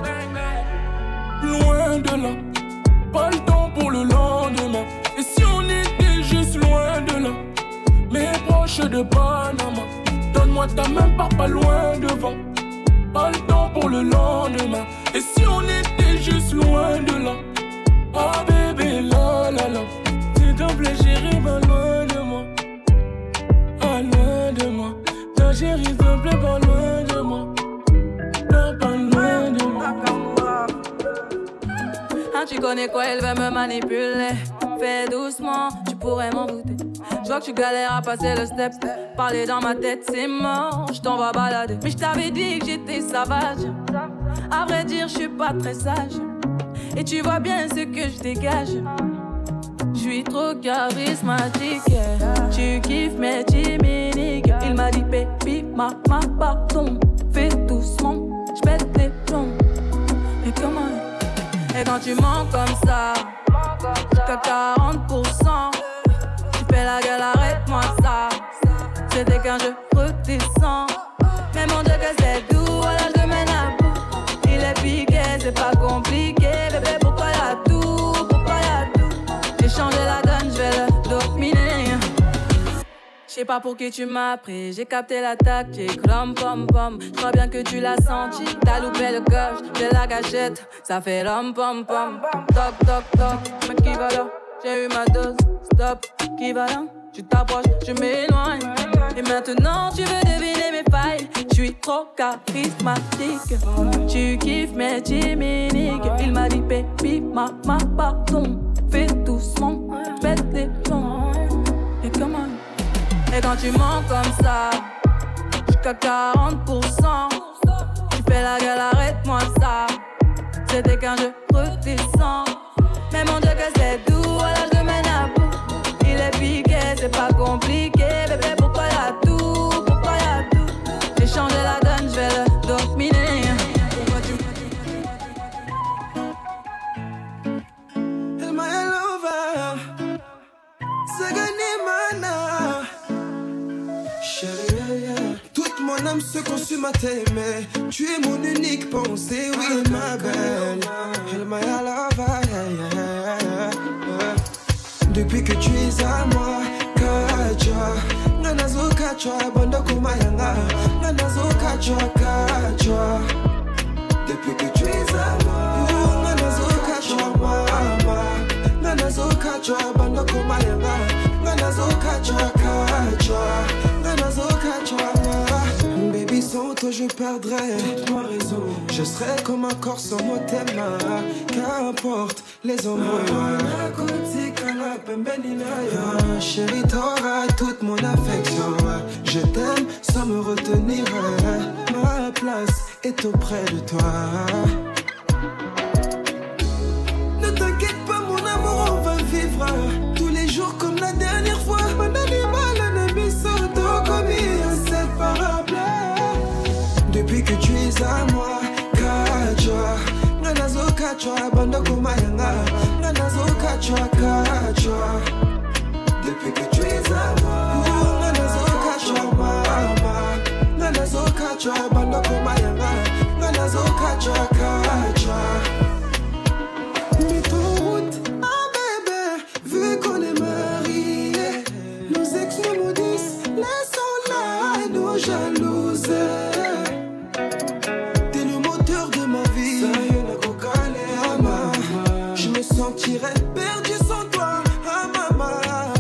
Loin de là, pas le temps pour le lendemain. Et si on était juste loin de là, mais proche de Panama. Donne-moi ta main, pars pas loin devant. Pas le temps pour le lendemain. Et si on était juste loin de là, ah bébé la la la. S'il te plaît chérie, va loin de moi. Ah loin de moi. Ta chérie, s'il te plaît, pas loin de moi. Non, pas loin de moi. Ah, tu connais quoi, elle veut me manipuler. Fais doucement, tu pourrais m'en douter. J'vois que tu galères à passer le step. Parler dans ma tête, c'est mort, j't'envoie balader. Mais j't'avais dit que j'étais sauvage. À vrai dire, j'suis pas très sage. Et tu vois bien ce que je dégage. J'suis trop charismatique, yeah. Tu kiffes mes timides. Il m'a dit baby, ma, ma, pardon. Fais doucement, j'pète les plombs. Mais comment? Et quand tu mens comme ça, qu'à quarante pour cent, tu fais la gueule, arrête-moi ça. C'était qu'un jeu redescends. Mais mon Dieu que c'est doux, à l'âge de pas pour qui tu m'as pris, j'ai capté la tactique. Rom pom pom, je crois bien que tu l'as senti. T'as loupé le coche, j'ai la gâchette. Ça fait rom pom pom. Toc toc toc, mais qui va là? J'ai eu ma dose, stop, qui va là? Tu t'approches, je m'éloigne. Et maintenant tu veux deviner mes failles. Je suis trop charismatique. Tu kiffes mes chimiques. Il m'a dit baby, mama, pardon. Fais doucement, pète les plombs. Et comment? Et quand tu mens comme ça, jusqu'à quarante pour cent. Tu fais la gueule, arrête-moi ça. C'était qu'un jeu redescend. Mais mon Dieu que c'est doux, voilà je le mène à bout. Il est piqué, c'est pas compliqué. Bébé, pourquoi y'a tout, pourquoi y'a tout? J'ai changé la donne, je vais le dominer. Pourquoi tu El my lover, Sagani mana. Chérie, toute mon âme se consume à t'aimer. Tu es mon unique pensée, oui ma belle. El my lover, yeah, yeah, yeah. Depuis que tu es à moi, Kachwa, Nanazo Kachwa, Bando Kumayanga, Nanazo Kachwa, Kachwa. Depuis que tu es à moi, Nanazo Kachwa, Mama, Nanazo Kachwa, Bando Kumayanga, Nanazo Kachwa, Kachwa, Nanazo Kachwa, Mama. Baby, sans toi je perdrais toute ma raison. Je serais comme un corps sans mot thème. Qu'importe les hommes. Ah, chérie, t'auras toute mon affection. Je t'aime sans me retenir. Ma place est auprès de toi. Ne t'inquiète pas mon amour, on va vivre tous les jours comme la dernière fois. Mon animal, un ami sauto comme inséparable. Depuis que tu es à moi, Kachwa, Nanazo Kachwa, Bando Kumayanga, Nanazo Kachwa, Kachwa. Depuis que tu es à moi, Nanazo Kachwa, Mama, Nanazo Kachwa, Bando Kumayanga, Nanazo Kachwa, Kachwa. Mets ton route, ah bébé, vu qu'on est mariés, nos ex nous maudissent, laissons-la et nous jalouser. T'es le moteur de ma vie, je me sentirais perdu sans toi, ah maman.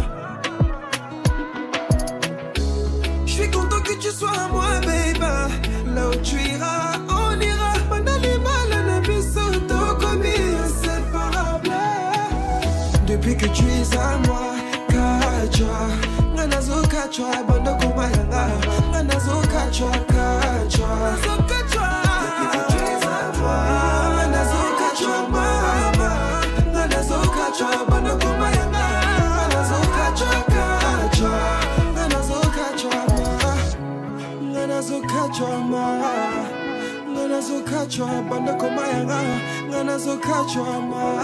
Je suis content que tu sois à moi, baby. Là où tu iras, on ira. On a les mal, on a mis sauto comme inséparable. Depuis que tu es à moi, Kachwa, Nanazo Kachwa, Bando Kumayanga, Nanazo Kachwa, Kachwa. Depuis que tu es à moi, Nanazo Kachwa, Mama, Nanazo Kachwa, Bando Kumayanga, Nanazo Kachwa, Kachwa, Nanazo Kachwa, Nanazo Kachwa, Nanazo Kachwa, Bando Kumayanga, Nanazo Kachwa,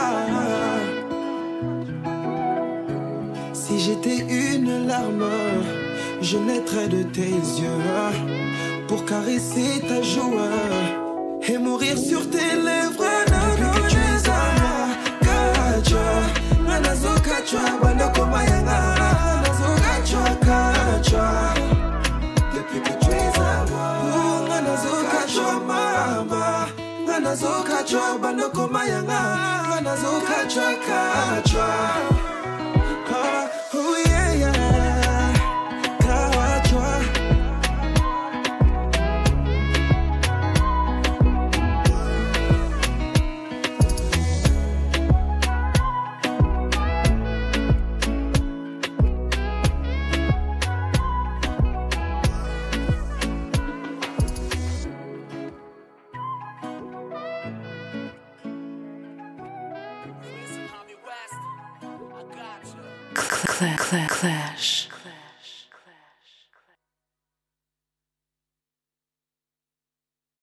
Si j'étais une larme, je naîtrais de tes yeux pour caresser ta joue et mourir sur tes lèvres. Depuis que tu es à moi, Kachwa, Nanazo Kachwa, Bando Kumayanga, Nanazo Kachwa, Kachwa. Depuis que tu es à moi, Nanazo Kachwa, Mama, Nanazo Kachwa, Bando Kumayanga, Nanazo Kachwa, Kachwa. Ah, oh yeah, yeah, Kachwa. Clash.